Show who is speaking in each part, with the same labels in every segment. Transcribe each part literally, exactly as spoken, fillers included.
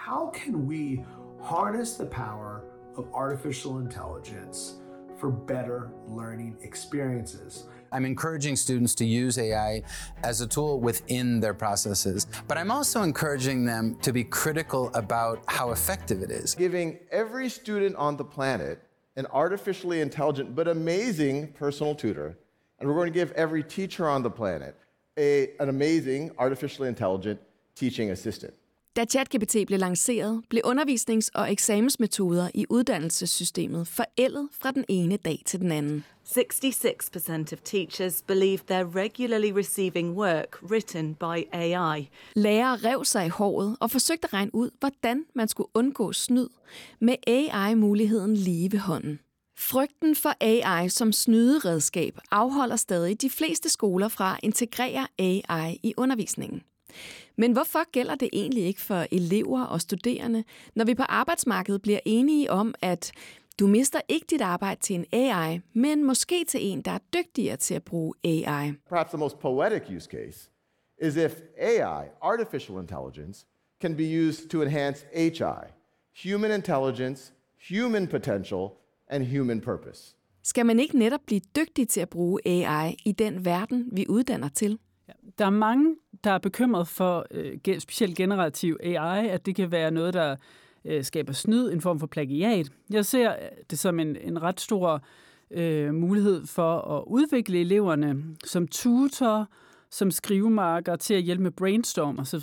Speaker 1: how can we harness the power of artificial intelligence for better learning experiences?
Speaker 2: I'm encouraging students to use A I as a tool within their processes, but I'm also encouraging them to be critical about how effective it is.
Speaker 3: Giving every student on the planet an artificially intelligent but amazing personal tutor, and we're going to give every teacher on the planet a, an amazing artificially intelligent teaching assistant.
Speaker 4: Da ChatGPT blev lanceret, blev undervisnings- og eksamensmetoder i uddannelsessystemet forældet fra den ene dag til den anden.
Speaker 5: sixty-six percent of teachers believe they're regularly receiving work written by A I.
Speaker 4: Lærere rev sig i håret og forsøgte at regne ud, hvordan man skulle undgå snyd med A I-muligheden lige ved hånden. Frygten for A I som snyderedskab afholder stadig de fleste skoler fra at integrere A I i undervisningen. Men hvorfor gælder det egentlig ikke for elever og studerende, når vi på arbejdsmarkedet bliver enige om, at du mister ikke dit arbejde til en A I, men måske til en, der er dygtigere til at bruge A I?
Speaker 3: Perhaps the most poetic use case is if A I, artificial intelligence, can be used to enhance H I, human intelligence, human potential, and human purpose.
Speaker 4: Skal man ikke netop blive dygtig til at bruge A I i den verden, vi uddanner til?
Speaker 6: Ja, der er mange, der er bekymret for øh, specielt generativ A I, at det kan være noget, der øh, skaber snyd, en form for plagiat. Jeg ser det som en, en ret stor øh, mulighed for at udvikle eleverne som tutor, som skrivemarker til at hjælpe med brainstorm osv.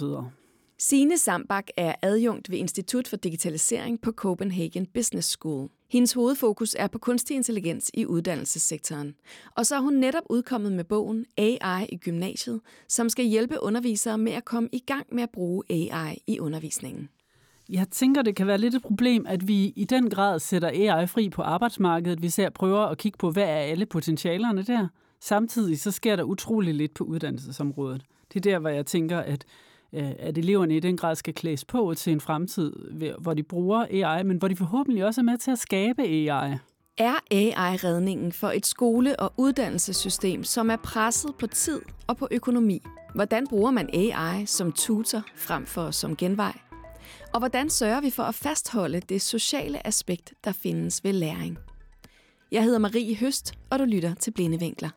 Speaker 4: Signe Sambak er adjunkt ved Institut for Digitalisering på Copenhagen Business School. Hendes hovedfokus er på kunstig intelligens i uddannelsessektoren. Og så er hun netop udkommet med bogen A I i gymnasiet, som skal hjælpe undervisere med at komme i gang med at bruge A I i undervisningen.
Speaker 6: Jeg tænker, det kan være lidt et problem, at vi i den grad sætter A I fri på arbejdsmarkedet. Vi ser prøver at kigge på, hvad er alle potentialerne der. Samtidig så sker der utrolig lidt på uddannelsesområdet. Det er der, hvor jeg tænker, at at eleverne i den grad skal klædes på til en fremtid, hvor de bruger A I, men hvor de forhåbentlig også er med til at skabe A I.
Speaker 4: Er A I-redningen for et skole- og uddannelsessystem, som er presset på tid og på økonomi? Hvordan bruger man A I som tutor frem for som genvej? Og hvordan sørger vi for at fastholde det sociale aspekt, der findes ved læring? Jeg hedder Marie Høst, og du lytter til Blinde Vinkler.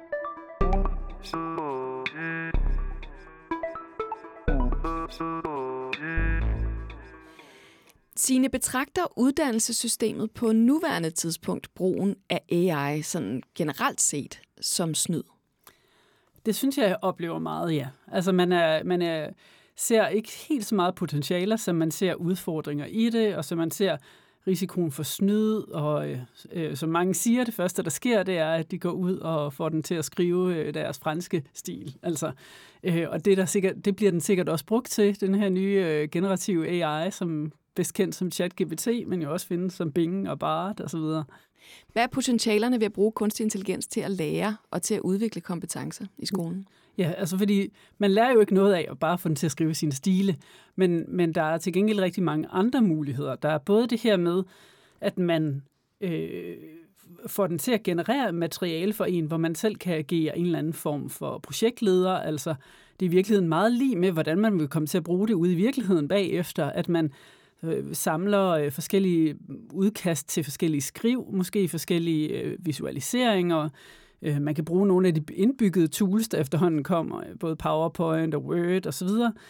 Speaker 4: Signe, betragter uddannelsessystemet på nuværende tidspunkt brugen af A I sådan generelt set som snyd?
Speaker 6: Det synes jeg, jeg oplever meget, ja. Altså man, er, man er, ser ikke helt så meget potentialer, som man ser udfordringer i det, og som man ser risikoen for snyd, og øh, som mange siger, det første, der sker, det er, at de går ud og får den til at skrive øh, deres franske stil. Altså, øh, og det, der sikkert, det bliver den sikkert også brugt til, den her nye øh, generative A I, som bedst kendt som ChatGPT, men jo også findes som Bing og Bard osv.
Speaker 4: Hvad er potentialerne ved at bruge kunstig intelligens til at lære og til at udvikle kompetencer i skolen?
Speaker 6: Ja, altså fordi man lærer jo ikke noget af at bare få den til at skrive sine stile, men, men der er til gengæld rigtig mange andre muligheder. Der er både det her med, at man øh, får den til at generere materiale for en, hvor man selv kan agere en eller anden form for projektleder. Altså det er i virkeligheden meget lige med, hvordan man vil komme til at bruge det ude i virkeligheden bagefter, at man øh, samler øh, forskellige udkast til forskellige skriv, måske forskellige øh, visualiseringer. Man kan bruge nogle af de indbyggede tools, der efterhånden kommer, både PowerPoint og Word osv.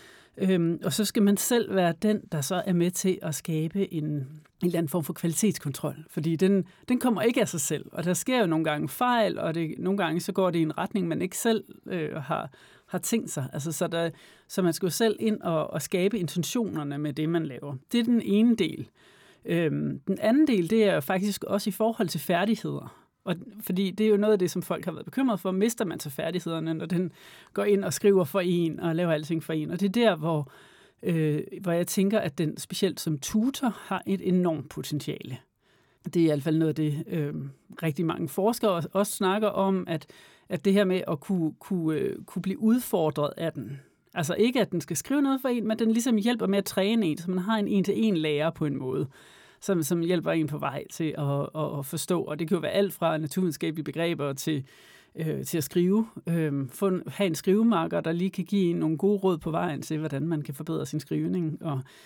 Speaker 6: Øhm, og så skal man selv være den, der så er med til at skabe en, en eller anden form for kvalitetskontrol. Fordi den, den kommer ikke af sig selv, og der sker jo nogle gange fejl, og det, nogle gange så går det i en retning, man ikke selv øh, har, har tænkt sig. Altså, så, der, så man skal jo selv ind og, og skabe intentionerne med det, man laver. Det er den ene del. Øhm, den anden del, det er faktisk også i forhold til færdigheder. Og fordi det er jo noget af det, som folk har været bekymret for. Mister man så færdighederne, når den går ind og skriver for en og laver alting for en. Og det er der, hvor, øh, hvor jeg tænker, at den specielt som tutor har et enormt potentiale. Det er i hvert fald noget af det, øh, rigtig mange forskere også snakker om, at, at det her med at kunne, kunne, øh, kunne blive udfordret af den. Altså ikke, at den skal skrive noget for en, men den ligesom hjælper med at træne en, så man har en en-til-en lærer på en måde. Som, som hjælper en på vej til at, at, at forstå. Og det kan jo være alt fra naturvidenskabelige begreber til, øh, til at skrive. Øh, få en, have en skrivemarker, der lige kan give en nogle gode råd på vejen til, hvordan man kan forbedre sin skrivning. Og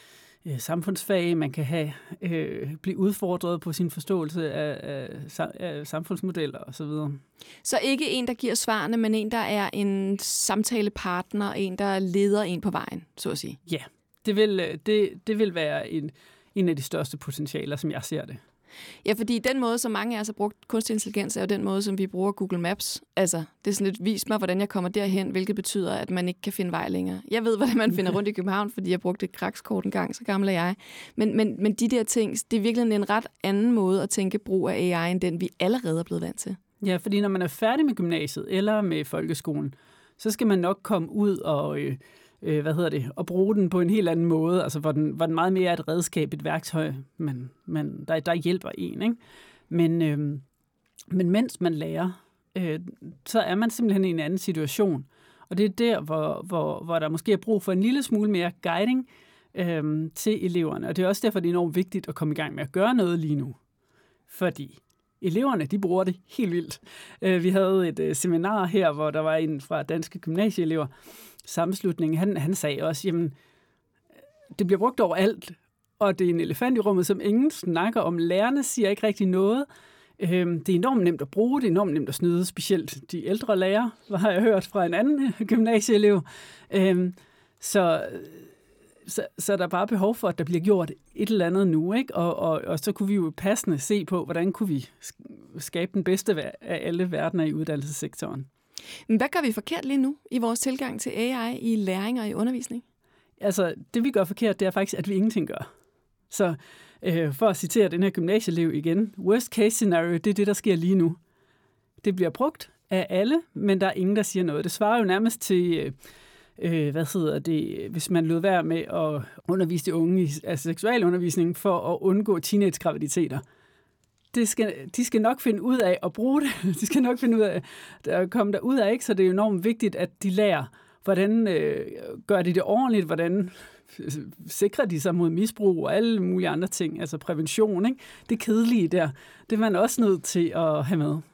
Speaker 6: øh, samfundsfag, man kan have, øh, blive udfordret på sin forståelse af, af, af samfundsmodeller osv.
Speaker 4: Så ikke en, der giver svarene, men en, der er en samtalepartner, en, der leder en på vejen, så at sige.
Speaker 6: Ja, det vil, det, det vil være en, en af de største potentialer, som jeg ser det.
Speaker 4: Ja, fordi den måde, som mange af os har brugt kunstig intelligens, er jo den måde, som vi bruger Google Maps. Altså, det er sådan lidt, vis mig, hvordan jeg kommer derhen, hvilket betyder, at man ikke kan finde vej længere. Jeg ved, hvordan man finder rundt i København, fordi jeg brugte et krakskort en gang, så gammel er jeg. Men, men, men de der ting, det er virkelig en ret anden måde at tænke brug af A I, end den vi allerede er blevet vant til.
Speaker 6: Ja, fordi når man er færdig med gymnasiet eller med folkeskolen, så skal man nok komme ud og... Øh, Øh, hvad hedder det, og bruge den på en helt anden måde, altså hvor den, hvor den meget mere er et redskab, et værktøj, men, men der, der hjælper en, ikke? Men, øh, men mens man lærer, øh, så er man simpelthen i en anden situation, og det er der, hvor, hvor, hvor der måske er brug for en lille smule mere guiding øh, til eleverne, og det er også derfor, det er enormt vigtigt at komme i gang med at gøre noget lige nu, fordi eleverne, de bruger det helt vildt. Øh, vi havde et øh, seminar her, hvor der var en fra danske gymnasieelever, sammenslutningen, han, han sagde også, jamen, det bliver brugt overalt, og det er en elefant i rummet, som ingen snakker om. Lærerne siger ikke rigtig noget. Øhm, det er enormt nemt at bruge, det er enormt nemt at snyde, specielt de ældre lærere, har jeg hørt fra en anden gymnasieelev. Øhm, så, så, så der er bare behov for, at der bliver gjort et eller andet nu, ikke? Og, og, og så kunne vi jo passende se på, hvordan kunne vi skabe den bedste af alle verdener i uddannelsessektoren.
Speaker 4: Men hvad gør vi forkert lige nu i vores tilgang til A I i læring og i undervisning?
Speaker 6: Altså, det vi gør forkert, det er faktisk, at vi ingenting gør. Så øh, for at citere den her gymnasieelev igen, worst case scenario, det er det, der sker lige nu. Det bliver brugt af alle, men der er ingen, der siger noget. Det svarer jo nærmest til, øh, hvad hedder det, hvis man lod være med at undervise de unge i altså seksualundervisning for at undgå teenage-graviditeter. Det skal, de skal nok finde ud af at bruge det. De skal nok finde ud af at komme derud af, ikke? Så det er enormt vigtigt, at de lærer, hvordan øh, gør de det ordentligt, hvordan sikrer de sig mod misbrug og alle mulige andre ting, altså prævention, ikke? Det kedelige der, det er man også nødt til at have med.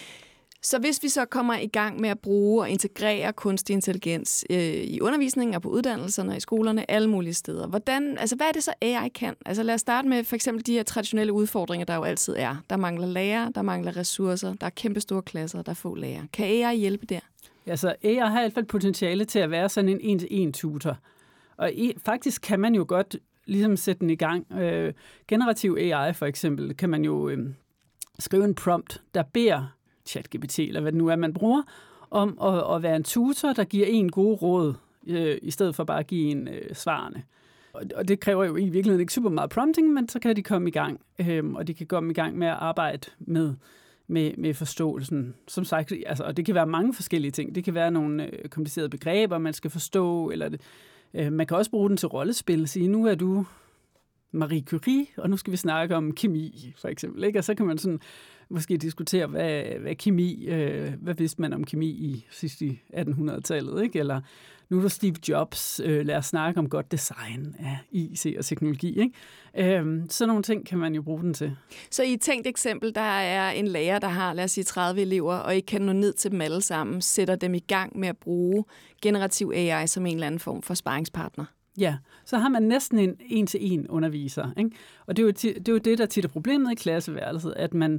Speaker 4: Så hvis vi så kommer i gang med at bruge og integrere kunstig intelligens øh, i undervisningen og på uddannelserne og i skolerne, alle mulige steder, hvordan, altså hvad er det så A I kan? Altså lad os starte med for eksempel de her traditionelle udfordringer, der jo altid er. Der mangler lærere, der mangler ressourcer, der er kæmpe store klasser, der er få lærere. Kan A I hjælpe der?
Speaker 6: Altså A I har i hvert fald potentiale til at være sådan en en-til-en tutor. Og i, faktisk kan man jo godt ligesom sætte den i gang. Øh, generativ A I for eksempel, kan man jo øh, skrive en prompt, der beder ChatGPT, eller hvad det nu er, man bruger, om at, at være en tutor, der giver en god råd, øh, i stedet for bare at give en øh, svarene. Og, og det kræver jo i virkeligheden ikke super meget prompting, men så kan de komme i gang, øh, og de kan komme i gang med at arbejde med, med, med forståelsen. Som sagt, altså, og det kan være mange forskellige ting. Det kan være nogle øh, komplicerede begreber, man skal forstå, eller det, øh, man kan også bruge den til rollespil. Sige, nu er du Marie Curie, og nu skal vi snakke om kemi, for eksempel. Ikke? Og så kan man sådan måske diskutere, hvad, hvad kemi, øh, hvad vidste man om kemi i sidst i attenhundredetallet, ikke? Eller nu er der Steve Jobs, øh, lad os snakke om godt design af I C og teknologi, ikke? Øh, sådan nogle ting kan man jo bruge den til.
Speaker 4: Så i et tænkt eksempel, der er en lærer, der har, lad os sige, tredive elever, og ikke kan nå ned til dem alle sammen, sætter dem i gang med at bruge generativ A I som en eller anden form for sparringspartner.
Speaker 6: Ja, så har man næsten en en-til-en underviser, ikke? Og det er, jo ti- det er jo det, der tit er problemet i klasseværelset, at man,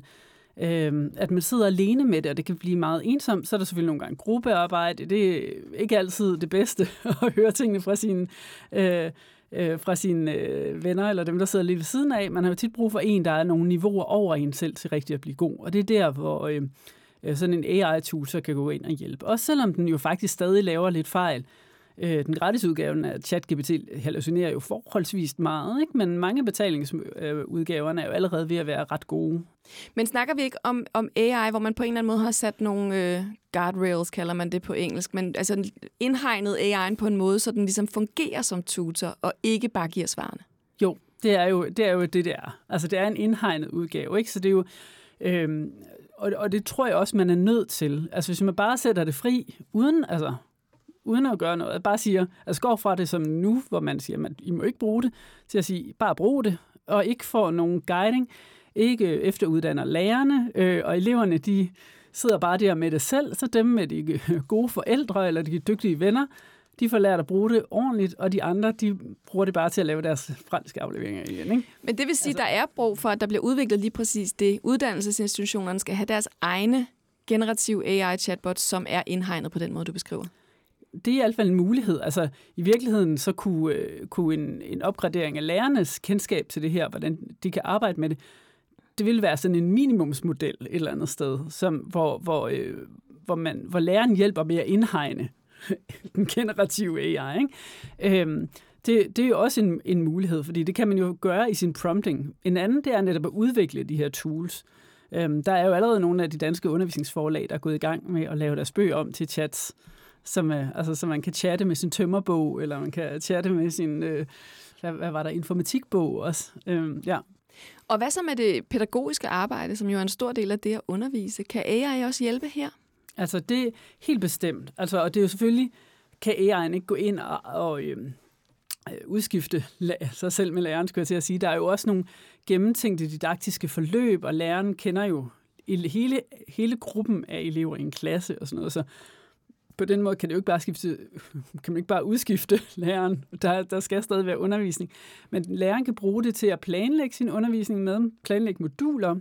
Speaker 6: øh, at man sidder alene med det, og det kan blive meget ensomt. Så er der selvfølgelig nogle gange gruppearbejde. Det er ikke altid det bedste at høre tingene fra sine, øh, øh, fra sine øh, venner, eller dem, der sidder lige ved siden af. Man har jo tit brug for en, der er nogle niveauer over en selv til rigtig at blive god. Og det er der, hvor øh, sådan en A I-tutor kan gå ind og hjælpe. Også selvom den jo faktisk stadig laver lidt fejl. Den gratisudgaven af ChatGPT hallucinerer jo forholdsvis meget, ikke? Men mange betalingsudgaverne er jo allerede ved at være ret gode. Men
Speaker 4: snakker vi ikke om, om A I, hvor man på en eller anden måde har sat nogle øh, guardrails, kalder man det på engelsk, men altså indhegnet A I'en på en måde, så den ligesom fungerer som tutor og ikke bare giver svarene?
Speaker 6: Jo, det er jo det, er jo det der. Altså det er en indhegnet udgave, ikke? Så det er jo... Øh, og, og det tror jeg også, man er nødt til. Altså hvis man bare sætter det fri, uden... altså uden at gøre noget. Bare siger, altså går fra det som nu, hvor man siger, at I må ikke bruge det, til at sige, bare brug det, og ikke få nogen guiding, ikke efteruddanner lærerne, øh, og eleverne, de sidder bare der med det selv, så dem med de gode forældre, eller de dygtige venner, de får lært at bruge det ordentligt, og de andre, de bruger det bare til at lave deres franske afleveringer igen. Ikke?
Speaker 4: Men det vil sige, altså, der er brug for, at der bliver udviklet lige præcis det. Uddannelsesinstitutionerne skal have deres egne generative A I-chatbots, som er indhegnet på den måde, du beskriver.
Speaker 6: Det er i hvert fald en mulighed. Altså, i virkeligheden så kunne, øh, kunne en, en opgradering af lærernes kendskab til det her, hvordan de kan arbejde med det, det vil være sådan en minimumsmodel et eller andet sted, som, hvor, hvor, øh, hvor, man, hvor læreren hjælper med at indhegne den generative A I. Ikke? Øhm, det, det er jo også en, en mulighed, fordi det kan man jo gøre i sin prompting. En anden, det er netop at udvikle de her tools. Øhm, der er jo allerede nogle af de danske undervisningsforlag, der er gået i gang med at lave deres bøger om til chats, som, øh, altså, så man kan chatte med sin tømmerbog, eller man kan chatte med sin, øh, hvad, hvad var der, informatikbog også. Øhm, ja.
Speaker 4: Og hvad så med det pædagogiske arbejde, som jo er en stor del af det at undervise? Kan A I også hjælpe her?
Speaker 6: Altså, det er helt bestemt. Altså, og det er jo selvfølgelig, kan A I'en ikke gå ind og, og øhm, udskifte sig selv med læreren, skulle jeg til at sige. Der er jo også nogle gennemtænkte didaktiske forløb, og læreren kender jo hele, hele gruppen af elever i en klasse og sådan noget, så på den måde kan det jo ikke bare skifte, kan man ikke bare udskifte læreren. Der, der skal stadig være undervisning. Men læreren kan bruge det til at planlægge sin undervisning med, planlægge moduler,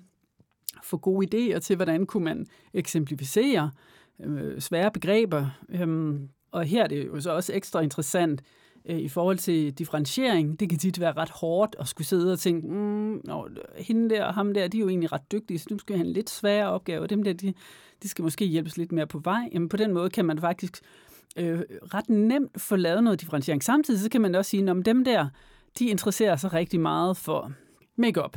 Speaker 6: få gode idéer til, hvordan kunne man eksemplificere øh, svære begreber. Øhm, og her er det jo så også ekstra interessant øh, i forhold til differentiering. Det kan tit være ret hårdt at skulle sidde og tænke, mm, nå, hende der og ham der, de er jo egentlig ret dygtige, så nu skal vi have en lidt sværere opgave. Dem der, de, de skal måske hjælpes lidt mere på vej. Jamen, på den måde kan man faktisk øh, ret nemt få lavet noget differentiering. Samtidig så kan man også sige, at dem der, de interesserer sig rigtig meget for make-up.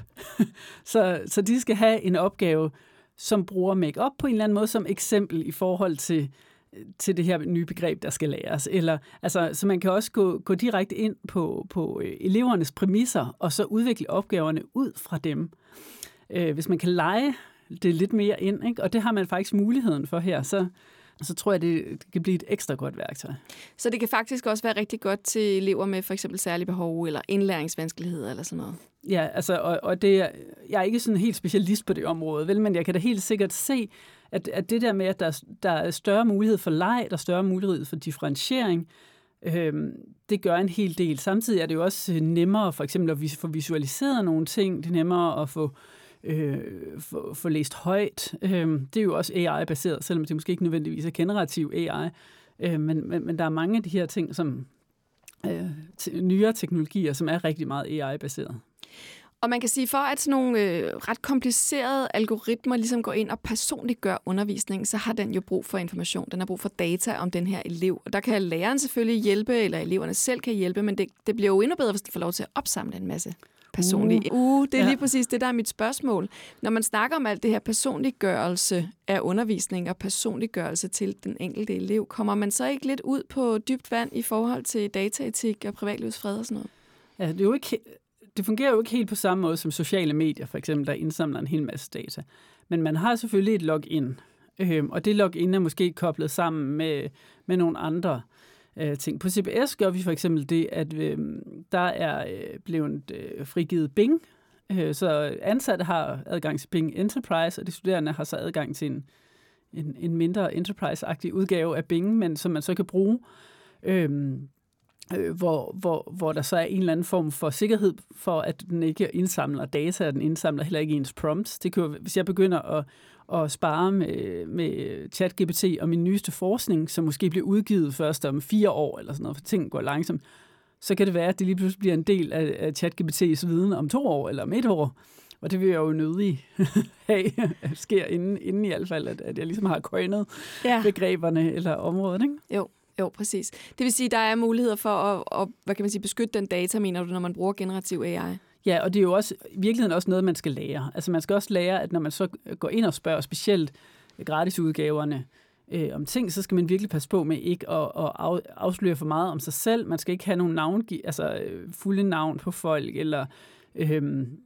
Speaker 6: så, så de skal have en opgave, som bruger make-up på en eller anden måde som eksempel i forhold til, til det her nye begreb, der skal læres. Eller, altså, så man kan også gå, gå direkte ind på, på elevernes præmisser, og så udvikle opgaverne ud fra dem. Øh, hvis man kan lege det lidt mere ind, ikke? Og det har man faktisk muligheden for her, så, så tror jeg, det, det kan blive et ekstra godt værktøj.
Speaker 4: Så det kan faktisk også være rigtig godt til elever med for eksempel særlige behov eller indlæringsvanskeligheder eller sådan noget?
Speaker 6: Ja, altså, og, og det er, jeg er ikke sådan helt specialist på det område, vel, men jeg kan da helt sikkert se, at, at det der med, at der, der er større mulighed for leg, der er større mulighed for differentiering, øhm, det gør en hel del. Samtidig er det jo også nemmere for eksempel at få visualiseret nogle ting, det er nemmere at få Øh, få, få læst højt. Øh, det er jo også A I-baseret, selvom det måske ikke nødvendigvis er generativ A I. Øh, men, men, men der er mange af de her ting, som øh, t- nyere teknologier, som er rigtig meget A I-baseret.
Speaker 4: Og man kan sige, for at sådan nogle øh, ret komplicerede algoritmer ligesom går ind og personligt gør undervisningen, så har den jo brug for information. Den har brug for data om den her elev. Og der kan læreren selvfølgelig hjælpe, eller eleverne selv kan hjælpe, men det, det bliver jo endnu bedre, hvis de får lov til at opsamle en masse personlige. Uh, uh, det er ja. lige præcis det, der er mit spørgsmål. Når man snakker om alt det her personliggørelse af undervisning og personliggørelse til den enkelte elev, kommer man så ikke lidt ud på dybt vand i forhold til dataetik og privatlivsfred og sådan noget?
Speaker 6: Ja, det er jo ikke... Det fungerer jo ikke helt på samme måde som sociale medier, for eksempel, der indsamler en hel masse data. Men man har selvfølgelig et login, øhm, og det login er måske koblet sammen med, med nogle andre øh, ting. På C B S gør vi for eksempel det, at øh, der er øh, blevet øh, frigivet Bing, øh, så ansatte har adgang til Bing Enterprise, og de studerende har så adgang til en, en, en mindre enterprise-agtig udgave af Bing, men som man så kan bruge. Øh, Øh, hvor, hvor, hvor der så er en eller anden form for sikkerhed for, at den ikke indsamler data, og den indsamler heller ikke ens prompts. Det kan jo, hvis jeg begynder at, at spare med, med ChatGPT og min nyeste forskning, som måske bliver udgivet først om fire år, eller sådan noget, for ting går langsomt, så kan det være, at det lige pludselig bliver en del af, af ChatGPT's viden om to år, eller om et år. Og det vil jeg jo nødig have, at sker inden, inden i hvert fald, at, at jeg ligesom har coinet ja. begreberne eller området, ikke?
Speaker 4: Jo. Jo, præcis. Det vil sige, at der er muligheder for at, at hvad kan man sige, beskytte den data, mener du, når man bruger generativ A I?
Speaker 6: Ja, og det er jo også i virkeligheden også noget, man skal lære. Altså man skal også lære, at når man så går ind og spørger specielt gratisudgaverne øh, om ting, så skal man virkelig passe på med ikke at, at afsløre for meget om sig selv. Man skal ikke have nogen navn, altså fulde navn på folk, eller øh,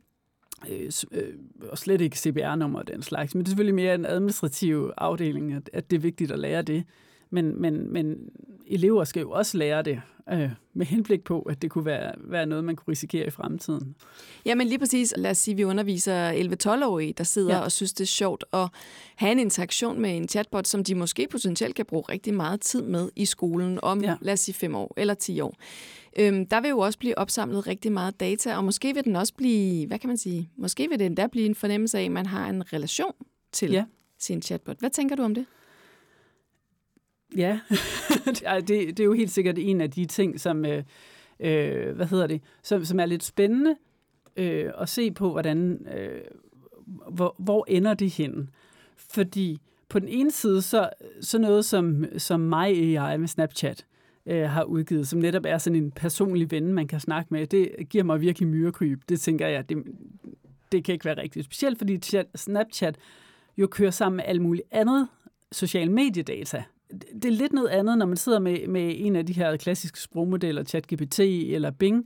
Speaker 6: øh, og slet ikke C P R-nummer og den slags. Men det er selvfølgelig mere en administrativ afdeling, at, at det er vigtigt at lære det. Men, men, men elever skal jo også lære det øh, med henblik på, at det kunne være, være noget, man kunne risikere i fremtiden.
Speaker 4: Ja, men lige præcis. Lad os sige, at vi underviser elleve-tolv-årige, der sidder ja. og synes, det er sjovt at have en interaktion med en chatbot, som de måske potentielt kan bruge rigtig meget tid med i skolen om, ja. lad os sige, fem år eller ti år. Øhm, der vil jo også blive opsamlet rigtig meget data, og måske vil den også blive, hvad kan man sige, måske vil det endda blive en fornemmelse af, at man har en relation til ja. sin chatbot. Hvad tænker du om det?
Speaker 6: Ja, det, det er jo helt sikkert en af de ting, som, øh, øh, hvad hedder det, som, som er lidt spændende øh, at se på, hvordan, øh, hvor, hvor ender det henne. Fordi på den ene side, så, så noget som, som My A I med Snapchat øh, har udgivet, som netop er sådan en personlig ven, man kan snakke med, det giver mig virkelig myrekryb. Det tænker jeg, det, det kan ikke være rigtigt. Specielt fordi Snapchat jo kører sammen med alt muligt andet social mediedata. Det er lidt noget andet, når man sidder med, med en af de her klassiske sprogmodeller, ChatGPT eller Bing.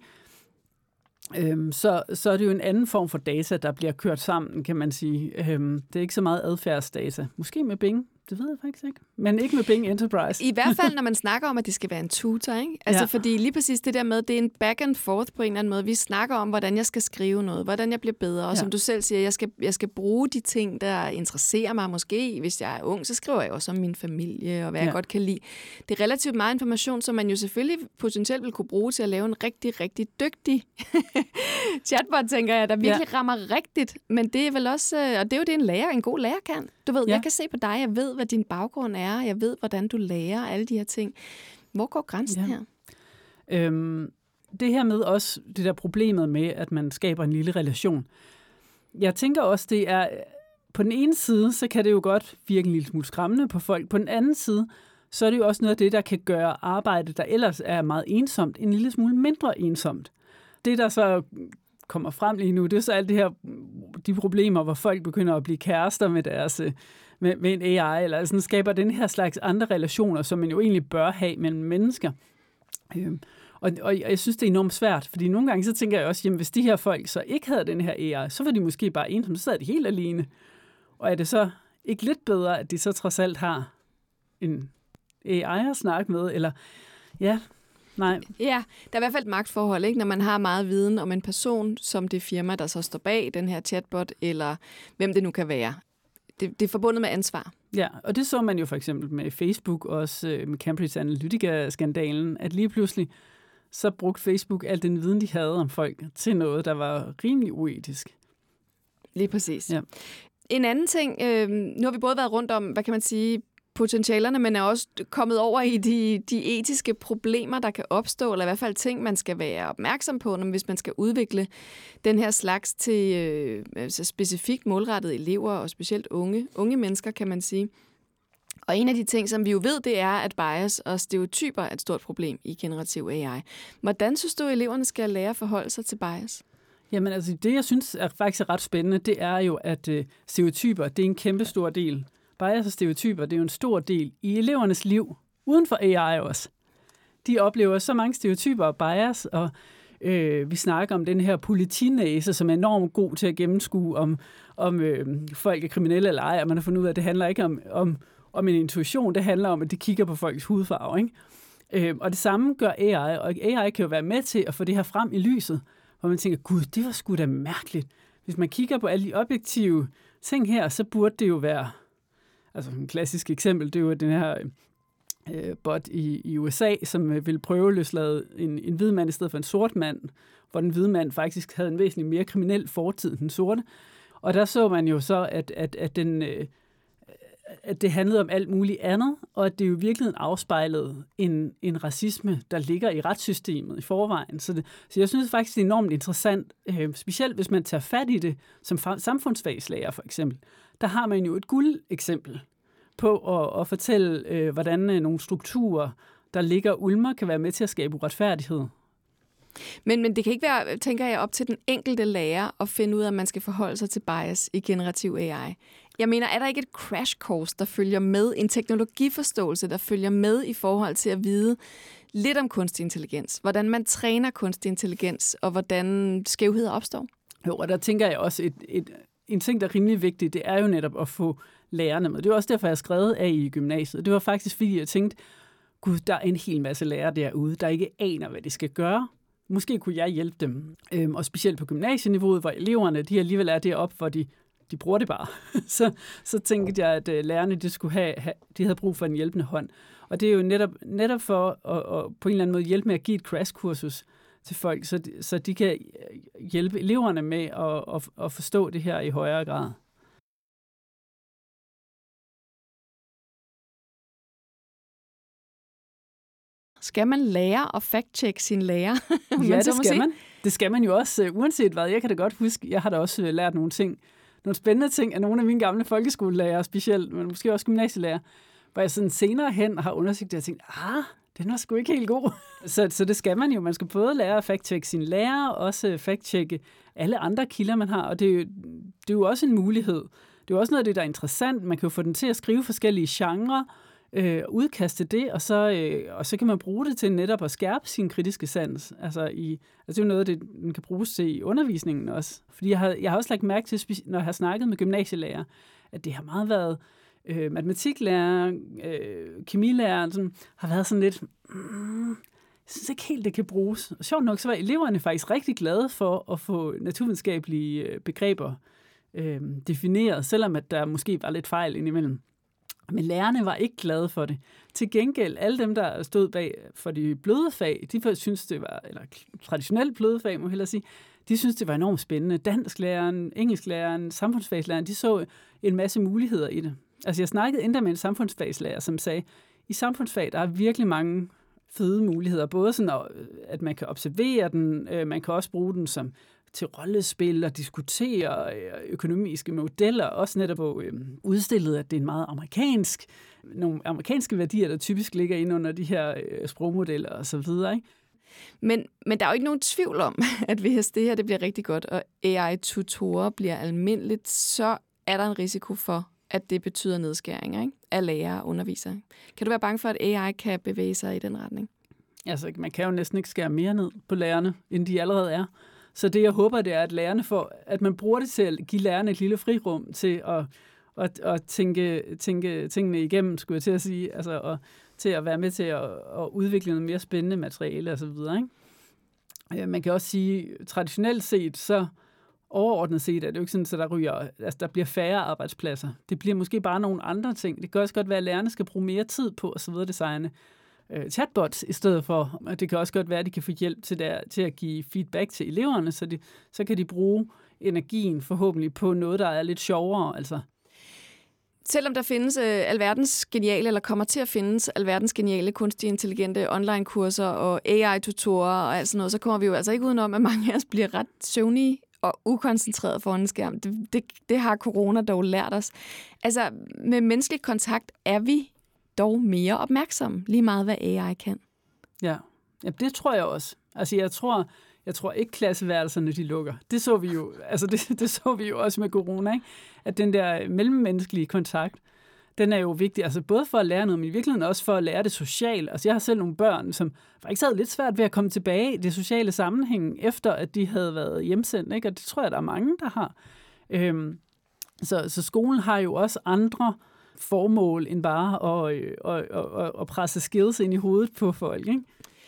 Speaker 6: Øhm, så, så er det jo en anden form for data, der bliver kørt sammen, kan man sige. Øhm, det er ikke så meget adfærdsdata. Måske med Bing, det ved jeg faktisk ikke. Men ikke med Bing Enterprise.
Speaker 4: I hvert fald, når man snakker om, at det skal være en tutor, ikke? Altså, ja. Fordi lige præcis det der med, det er en back and forth på en eller anden måde. Vi snakker om, hvordan jeg skal skrive noget, hvordan jeg bliver bedre. Og ja. som du selv siger, jeg skal, jeg skal bruge de ting, der interesserer mig. Måske, hvis jeg er ung, så skriver jeg også om min familie og hvad ja. jeg godt kan lide. Det er relativt meget information, som man jo selvfølgelig potentielt vil kunne bruge til at lave en rigtig, rigtig dygtig chatbot, tænker jeg, der virkelig ja. rammer rigtigt. Men det er vel også, og det er jo det, en lærer, en god lærer kan. Du ved, ja. jeg kan se på dig, jeg ved, hvad din baggrund er, jeg ved, hvordan du lærer alle de her ting. Hvor går grænsen ja. her?
Speaker 6: Øhm, det her med også det der problemet med, at man skaber en lille relation. Jeg tænker også, det er, på den ene side, så kan det jo godt virke en lille smule skræmmende på folk. På den anden side, så er det jo også noget af det, der kan gøre arbejde, der ellers er meget ensomt, en lille smule mindre ensomt. Det, der så kommer frem lige nu, det er så alt det her, de problemer, hvor folk begynder at blive kærester med deres med, med en A I, eller sådan skaber den her slags andre relationer, som man jo egentlig bør have mellem mennesker. Øhm, og, og jeg synes, det er enormt svært, fordi nogle gange så tænker jeg også, jamen hvis de her folk så ikke havde den her A I, så var de måske bare ensomme, så sad de helt alene. Og er det så ikke lidt bedre, at de så trods alt har en A I at snakke med, eller ja, nej.
Speaker 4: Ja, der er i hvert fald et magtforhold, ikke? Når man har meget viden om en person, som det firma, der så står bag den her chatbot, eller hvem det nu kan være. Det, det er forbundet med ansvar.
Speaker 6: Ja, og det så man jo for eksempel med Facebook, også med Cambridge Analytica-skandalen, at lige pludselig så brugte Facebook al den viden, de havde om folk, til noget, der var rimelig uetisk.
Speaker 4: Lige præcis.
Speaker 6: Ja.
Speaker 4: En anden ting, øh, nu har vi både været rundt om, hvad kan man sige, potentialerne, men er også kommet over i de, de etiske problemer, der kan opstå, eller i hvert fald ting, man skal være opmærksom på, når, hvis man skal udvikle den her slags til øh, altså specifikt målrettede elever, og specielt unge, unge mennesker, kan man sige. Og en af de ting, som vi jo ved, det er, at bias og stereotyper er et stort problem i generativ A I. Hvordan synes du, at eleverne skal lære at forholde sig til bias?
Speaker 6: Jamen altså, det jeg synes er faktisk er ret spændende, det er jo, at øh, stereotyper, det er en kæmpe stor del. Bias og stereotyper, det er jo en stor del i elevernes liv, uden for A I også. De oplever så mange stereotyper og bias, og øh, vi snakker om den her politinæse, som er enormt god til at gennemskue, om, om øh, folk er kriminelle eller ej, og man har fundet ud af, at det handler ikke om, om, om en intuition, det handler om, at de kigger på folks hudfarve, ikke? Øh, og det samme gør A I, og A I kan jo være med til at få det her frem i lyset, hvor man tænker, gud, det var sgu da mærkeligt. Hvis man kigger på alle de objektive ting her, så burde det jo være... Altså en klassisk eksempel, det er jo den her øh, bot i, i U S A, som øh, ville prøve at løslade en, en hvid mand i stedet for en sort mand, hvor den hvide mand faktisk havde en væsentlig mere kriminel fortid end den sorte. Og der så man jo så, at, at, at, den, øh, at det handlede om alt muligt andet, og at det jo virkelig afspejlede en, en racisme, der ligger i retssystemet i forvejen. Så, det, så jeg synes faktisk, det er enormt interessant, øh, specielt hvis man tager fat i det som samfundsfagslærer for eksempel. Der har man jo et guldeksempel på at, at fortælle, øh, hvordan øh, nogle strukturer, der ligger ulmer, kan være med til at skabe uretfærdighed.
Speaker 4: Men, men det kan ikke være, tænker jeg, op til den enkelte lærer at finde ud af, at man skal forholde sig til bias i generativ A I. Jeg mener, er der ikke et crash course, der følger med, en teknologiforståelse, der følger med i forhold til at vide lidt om kunstig intelligens? Hvordan man træner kunstig intelligens, og hvordan skævheder opstår?
Speaker 6: Jo, og der tænker jeg også et... et en ting, der er rimelig vigtig, det er jo netop at få lærerne med. Det var også derfor, jeg skrev A I i gymnasiet. Det var faktisk, fordi jeg tænkte, gud, der er en hel masse lærere derude, der ikke aner, hvad de skal gøre. Måske kunne jeg hjælpe dem. Øhm, og specielt på gymnasieniveauet, hvor eleverne, de alligevel er deroppe, hvor de, de bruger det bare. så, så tænkte jeg, at øh, lærerne, de, skulle have, have, de havde brug for en hjælpende hånd. Og det er jo netop, netop for at, at på en eller anden måde hjælpe med at give et crashkursus til folk, så de, så de kan hjælpe eleverne med at, at, at forstå det her i højere grad.
Speaker 4: Skal man lære at fact-check sin lærer?
Speaker 6: Ja, det skal man. Det skal man jo også, uanset hvad. Jeg kan da godt huske, jeg har da også lært nogle ting, nogle spændende ting af nogle af mine gamle folkeskolelærere, specielt, men måske også gymnasielærer, hvor jeg sådan senere hen har undersøgt det og tænkt, ah, den var sgu ikke helt god. så, så det skal man jo. Man skal både lære at fact-checke sin lærer, og også fact-checke alle andre kilder, man har, og det er, jo, det er jo også en mulighed. Det er jo også noget af det, der er interessant. Man kan jo få den til at skrive forskellige genrer, øh, udkaste det, og så, øh, og så kan man bruge det til netop at skærpe sin kritiske sans. Altså, i, altså det er jo noget af det, den kan bruges til i undervisningen også. Fordi jeg har, jeg har også lagt mærke til, når jeg har snakket med gymnasielærer, at det har meget været øh, matematiklærer, øh, kemilærer, sådan, har været sådan lidt, mm, jeg synes ikke helt, det kan bruges. Og sjovt nok, så var eleverne faktisk rigtig glade for at få naturvidenskabelige øh, begreber øh, defineret, selvom at der måske var lidt fejl indimellem. Men lærerne var ikke glade for det. Til gengæld, alle dem, der stod bag for de bløde fag, de synes det var, eller traditionelt bløde fag, må jeg hellere sige, de synes det var enormt spændende. Dansklæreren, engelsklæreren, samfundsfagslæreren, de så en masse muligheder i det. Altså jeg snakkede endda med en samfundsfagslærer, som sagde, i samfundsfag, der er virkelig mange fede muligheder. Både sådan, at man kan observere den, man kan også bruge den som til rollespil og diskutere økonomiske modeller, også netop på øh, udstillet, at det er en meget amerikansk, nogle amerikanske værdier, der typisk ligger inde under de her øh, sprogmodeller og så videre, ikke?
Speaker 4: Men, men der er jo ikke nogen tvivl om, at hvis det her det bliver rigtig godt, og A I-tutorer bliver almindeligt, så er der en risiko for, at det betyder nedskæringer, ikke? Af lærere og undervisere. Kan du være bange for, at A I kan bevæge sig i den retning?
Speaker 6: Altså, man kan jo næsten ikke skære mere ned på lærerne, end de allerede er. Så det, jeg håber, det er, at lærerne får, at man bruger det til at give lærerne et lille frirum til at, at, at tænke, tænke tingene igennem, skulle jeg til at sige, altså og til at være med til at, at udvikle noget mere spændende materiale og så videre, ikke? Man kan også sige, traditionelt set, så overordnet set, er det jo ikke sådan, at der ryger, altså der bliver færre arbejdspladser. Det bliver måske bare nogle andre ting. Det kan også godt være, at lærerne skal bruge mere tid på at så videre designe chatbots i stedet for. Det kan også godt være, at de kan få hjælp til, der, til at give feedback til eleverne, så, de, så kan de bruge energien forhåbentlig på noget, der er lidt sjovere. Altså.
Speaker 4: Selvom der findes øh, alverdens geniale, eller kommer til at findes alverdens geniale, kunstig intelligente online-kurser og A I-tutorer og alt sådan noget, så kommer vi jo altså ikke udenom, at mange af os bliver ret søvnige og ukoncentreret foran en skærm. Det, det, det har corona dog lært os. Altså, med menneskelig kontakt er vi dog mere opmærksomme, lige meget hvad A I kan.
Speaker 6: Ja, ja det tror jeg også. Altså jeg tror, jeg tror ikke klasseværelserne de lukker. Det så vi jo, altså det, det så vi jo også med corona, ikke? At den der mellemmenneskelige kontakt, den er jo vigtig, altså både for at lære noget, men i virkeligheden også for at lære det socialt. Altså jeg har selv nogle børn, som faktisk havde lidt svært ved at komme tilbage i det sociale sammenhæng, efter at de havde været hjemsendt, ikke? Og det tror jeg, der er mange, der har. Øhm, så, så skolen har jo også andre formål end bare at, at, at, at presse skills ind i hovedet på folk, ikke?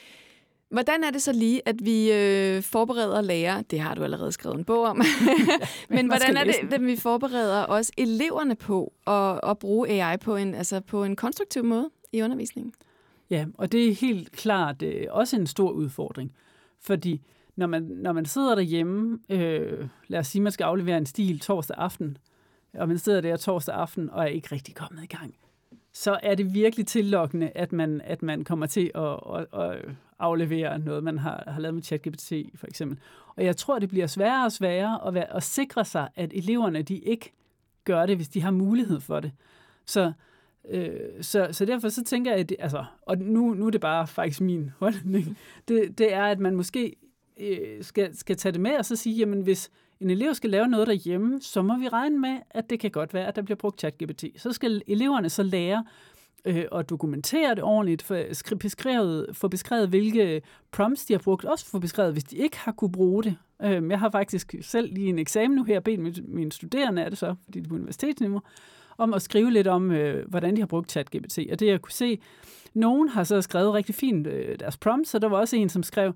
Speaker 4: Hvordan er det så lige, at vi øh, forbereder lærere? Det har du allerede skrevet en bog om. Ja, men hvordan er det, at vi forbereder også eleverne på at, at bruge A I på en, altså på en konstruktiv måde i undervisningen?
Speaker 6: Ja, og det er helt klart øh, også en stor udfordring. Fordi når man, når man sidder derhjemme, øh, lad os sige, man skal aflevere en stil torsdag aften, og man sidder der torsdag aften og er ikke rigtig kommet i gang, så er det virkelig tillokkende, at man, at man kommer til at, at, at aflevere noget, man har, har lavet med ChatGPT for eksempel. Og jeg tror, det bliver sværere og sværere at, være, at sikre sig, at eleverne de ikke gør det, hvis de har mulighed for det. Så, øh, så, så derfor så tænker jeg, at det, altså, og nu, nu er det bare faktisk min holdning, det, det er, at man måske øh, skal, skal tage det med og så sige, jamen hvis en elev skal lave noget derhjemme, så må vi regne med, at det kan godt være, at der bliver brugt ChatGPT. Så skal eleverne så lære øh, og dokumentere det ordentligt, få beskrevet, få beskrevet, hvilke prompts de har brugt, også få beskrevet, hvis de ikke har kunne bruge det. Øh, jeg har faktisk selv lige en eksamen nu her, bedt mine studerende, er det så, fordi det er på universitetsniveau, om at skrive lidt om, øh, hvordan de har brugt ChatGPT. Og det jeg kunne se, nogen har så skrevet rigtig fint øh, deres prompts, og der var også en, som skrev,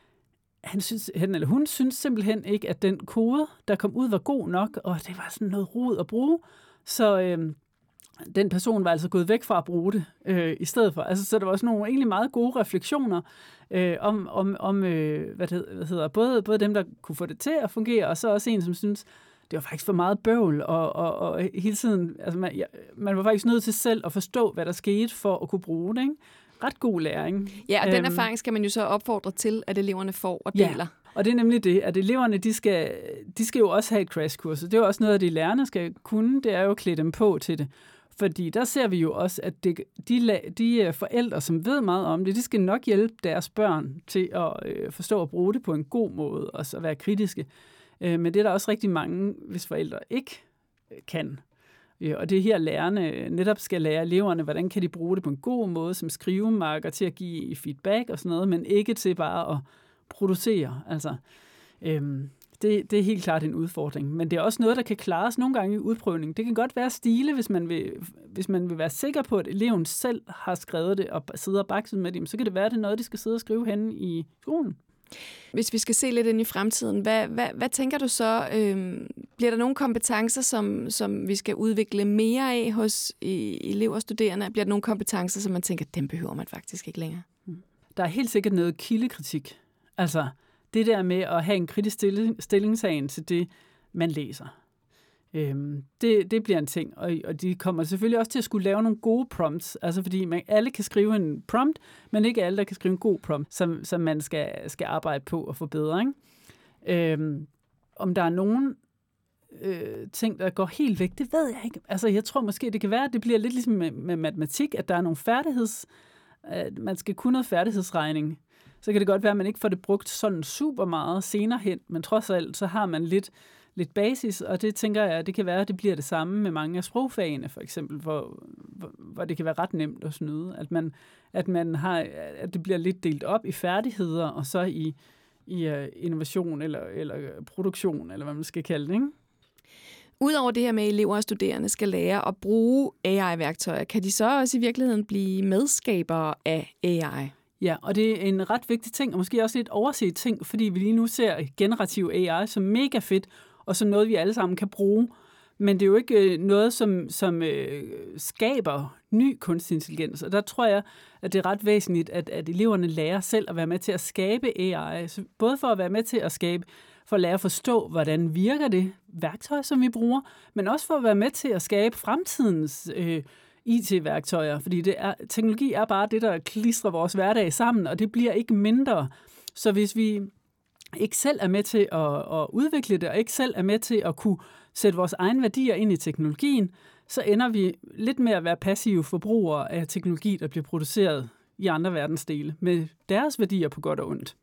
Speaker 6: han, synes, han eller hun synes simpelthen ikke, at den kode, der kom ud, var god nok, og det var sådan noget rod at bruge. Så øh, den person var altså gået væk fra at bruge det øh, i stedet for. Altså, så der var også nogle egentlig meget gode refleksioner øh, om, om, om øh, hvad, det, hvad hedder, både, både dem, der kunne få det til at fungere, og så også en, som synes, det var faktisk for meget bøvl, og, og, og hele tiden, altså man, ja, man var faktisk nødt til selv at forstå, hvad der skete, for at kunne bruge det, ikke? Ret god læring.
Speaker 4: Ja, og den
Speaker 6: øhm,
Speaker 4: erfaring skal man jo så opfordre til, at eleverne får og deler.
Speaker 6: Ja, og det er nemlig det, at eleverne, de skal, de skal jo også have et crashkurs, og det er jo også noget, af de lærerne skal kunne, det er jo at klæde dem på til det. Fordi der ser vi jo også, at det, de, de forældre, som ved meget om det, de skal nok hjælpe deres børn til at øh, forstå at bruge det på en god måde, og så være kritiske. Øh, men det er der også rigtig mange, hvis forældre ikke øh, kan. Øh, og det er her, lærerne netop skal lære eleverne, hvordan kan de bruge det på en god måde, som skrivemarker til at give feedback og sådan noget, men ikke til bare at producere. Altså, øh, Det, det er helt klart en udfordring, men det er også noget, der kan klares nogle gange i udprøvning. Det kan godt være stile, hvis man vil, hvis man vil være sikker på, at eleven selv har skrevet det og sidder og bakset med det, så kan det være, at det er noget, de skal sidde og skrive henne i skolen.
Speaker 4: Hvis vi skal se lidt ind i fremtiden, hvad, hvad, hvad tænker du så? Øhm, bliver der nogle kompetencer, som, som vi skal udvikle mere af hos i, elever og studerende? Bliver der nogle kompetencer, som man tænker, dem behøver man faktisk ikke længere?
Speaker 6: Der er helt sikkert noget kildekritik. Altså det der med at have en kritisk stilling, stillingtagen til det, man læser. Øhm, det, det bliver en ting, og, og de kommer selvfølgelig også til at skulle lave nogle gode prompts, altså fordi man, alle kan skrive en prompt, men ikke alle, der kan skrive en god prompt, som, som man skal, skal arbejde på at forbedre. Ikke? Øhm, om der er nogen øh, ting, der går helt væk, det ved jeg ikke. Altså jeg tror måske, det kan være, at det bliver lidt ligesom med, med matematik, at der er nogle færdigheds... at man skal kunne noget færdighedsregning. Så kan det godt være, at man ikke får det brugt sådan super meget senere hen, men trods alt, så har man lidt, lidt basis, og det tænker jeg, det kan være, at det bliver det samme med mange af sprogfagene, for eksempel, hvor, hvor, hvor det kan være ret nemt at snyde. At, man, at, man har, at det bliver lidt delt op i færdigheder, og så i, i uh, innovation eller, eller produktion, eller hvad man skal kalde det, ikke?
Speaker 4: Udover det her med, at elever og studerende skal lære at bruge A I-værktøjer, kan de så også i virkeligheden blive medskabere af A I?
Speaker 6: Ja, og det er en ret vigtig ting, og måske også lidt overset ting, fordi vi lige nu ser generativ A I som mega fedt, og som noget, vi alle sammen kan bruge. Men det er jo ikke noget, som, som øh, skaber ny kunstig intelligens. Og der tror jeg, at det er ret væsentligt, at, at eleverne lærer selv at være med til at skabe A I. Så både for at være med til at skabe, for at lære at forstå, hvordan virker det værktøj, som vi bruger, men også for at være med til at skabe fremtidens øh, I T-værktøjer. Fordi det er, teknologi er bare det, der klistrer vores hverdag sammen, og det bliver ikke mindre. Så hvis vi ikke selv er med til at, at udvikle det, og ikke selv er med til at kunne sætte vores egne værdier ind i teknologien, så ender vi lidt med at være passive forbrugere af teknologi, der bliver produceret i andre verdensdele, med deres værdier på godt og ondt.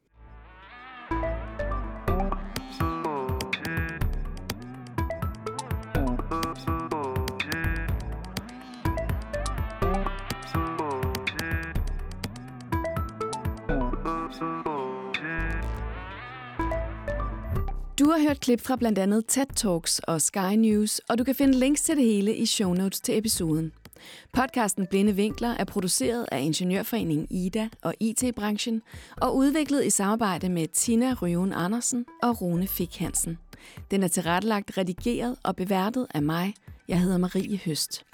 Speaker 4: Du har hørt klip fra blandt andet TED Talks og Sky News, og du kan finde links til det hele i show notes til episoden. Podcasten Blinde Vinkler er produceret af Ingeniørforeningen I D A og I T-branchen og udviklet i samarbejde med Tina Røven Andersen og Rune Fik Hansen. Den er tilrettelagt, redigeret og beværtet af mig. Jeg hedder Marie Høst.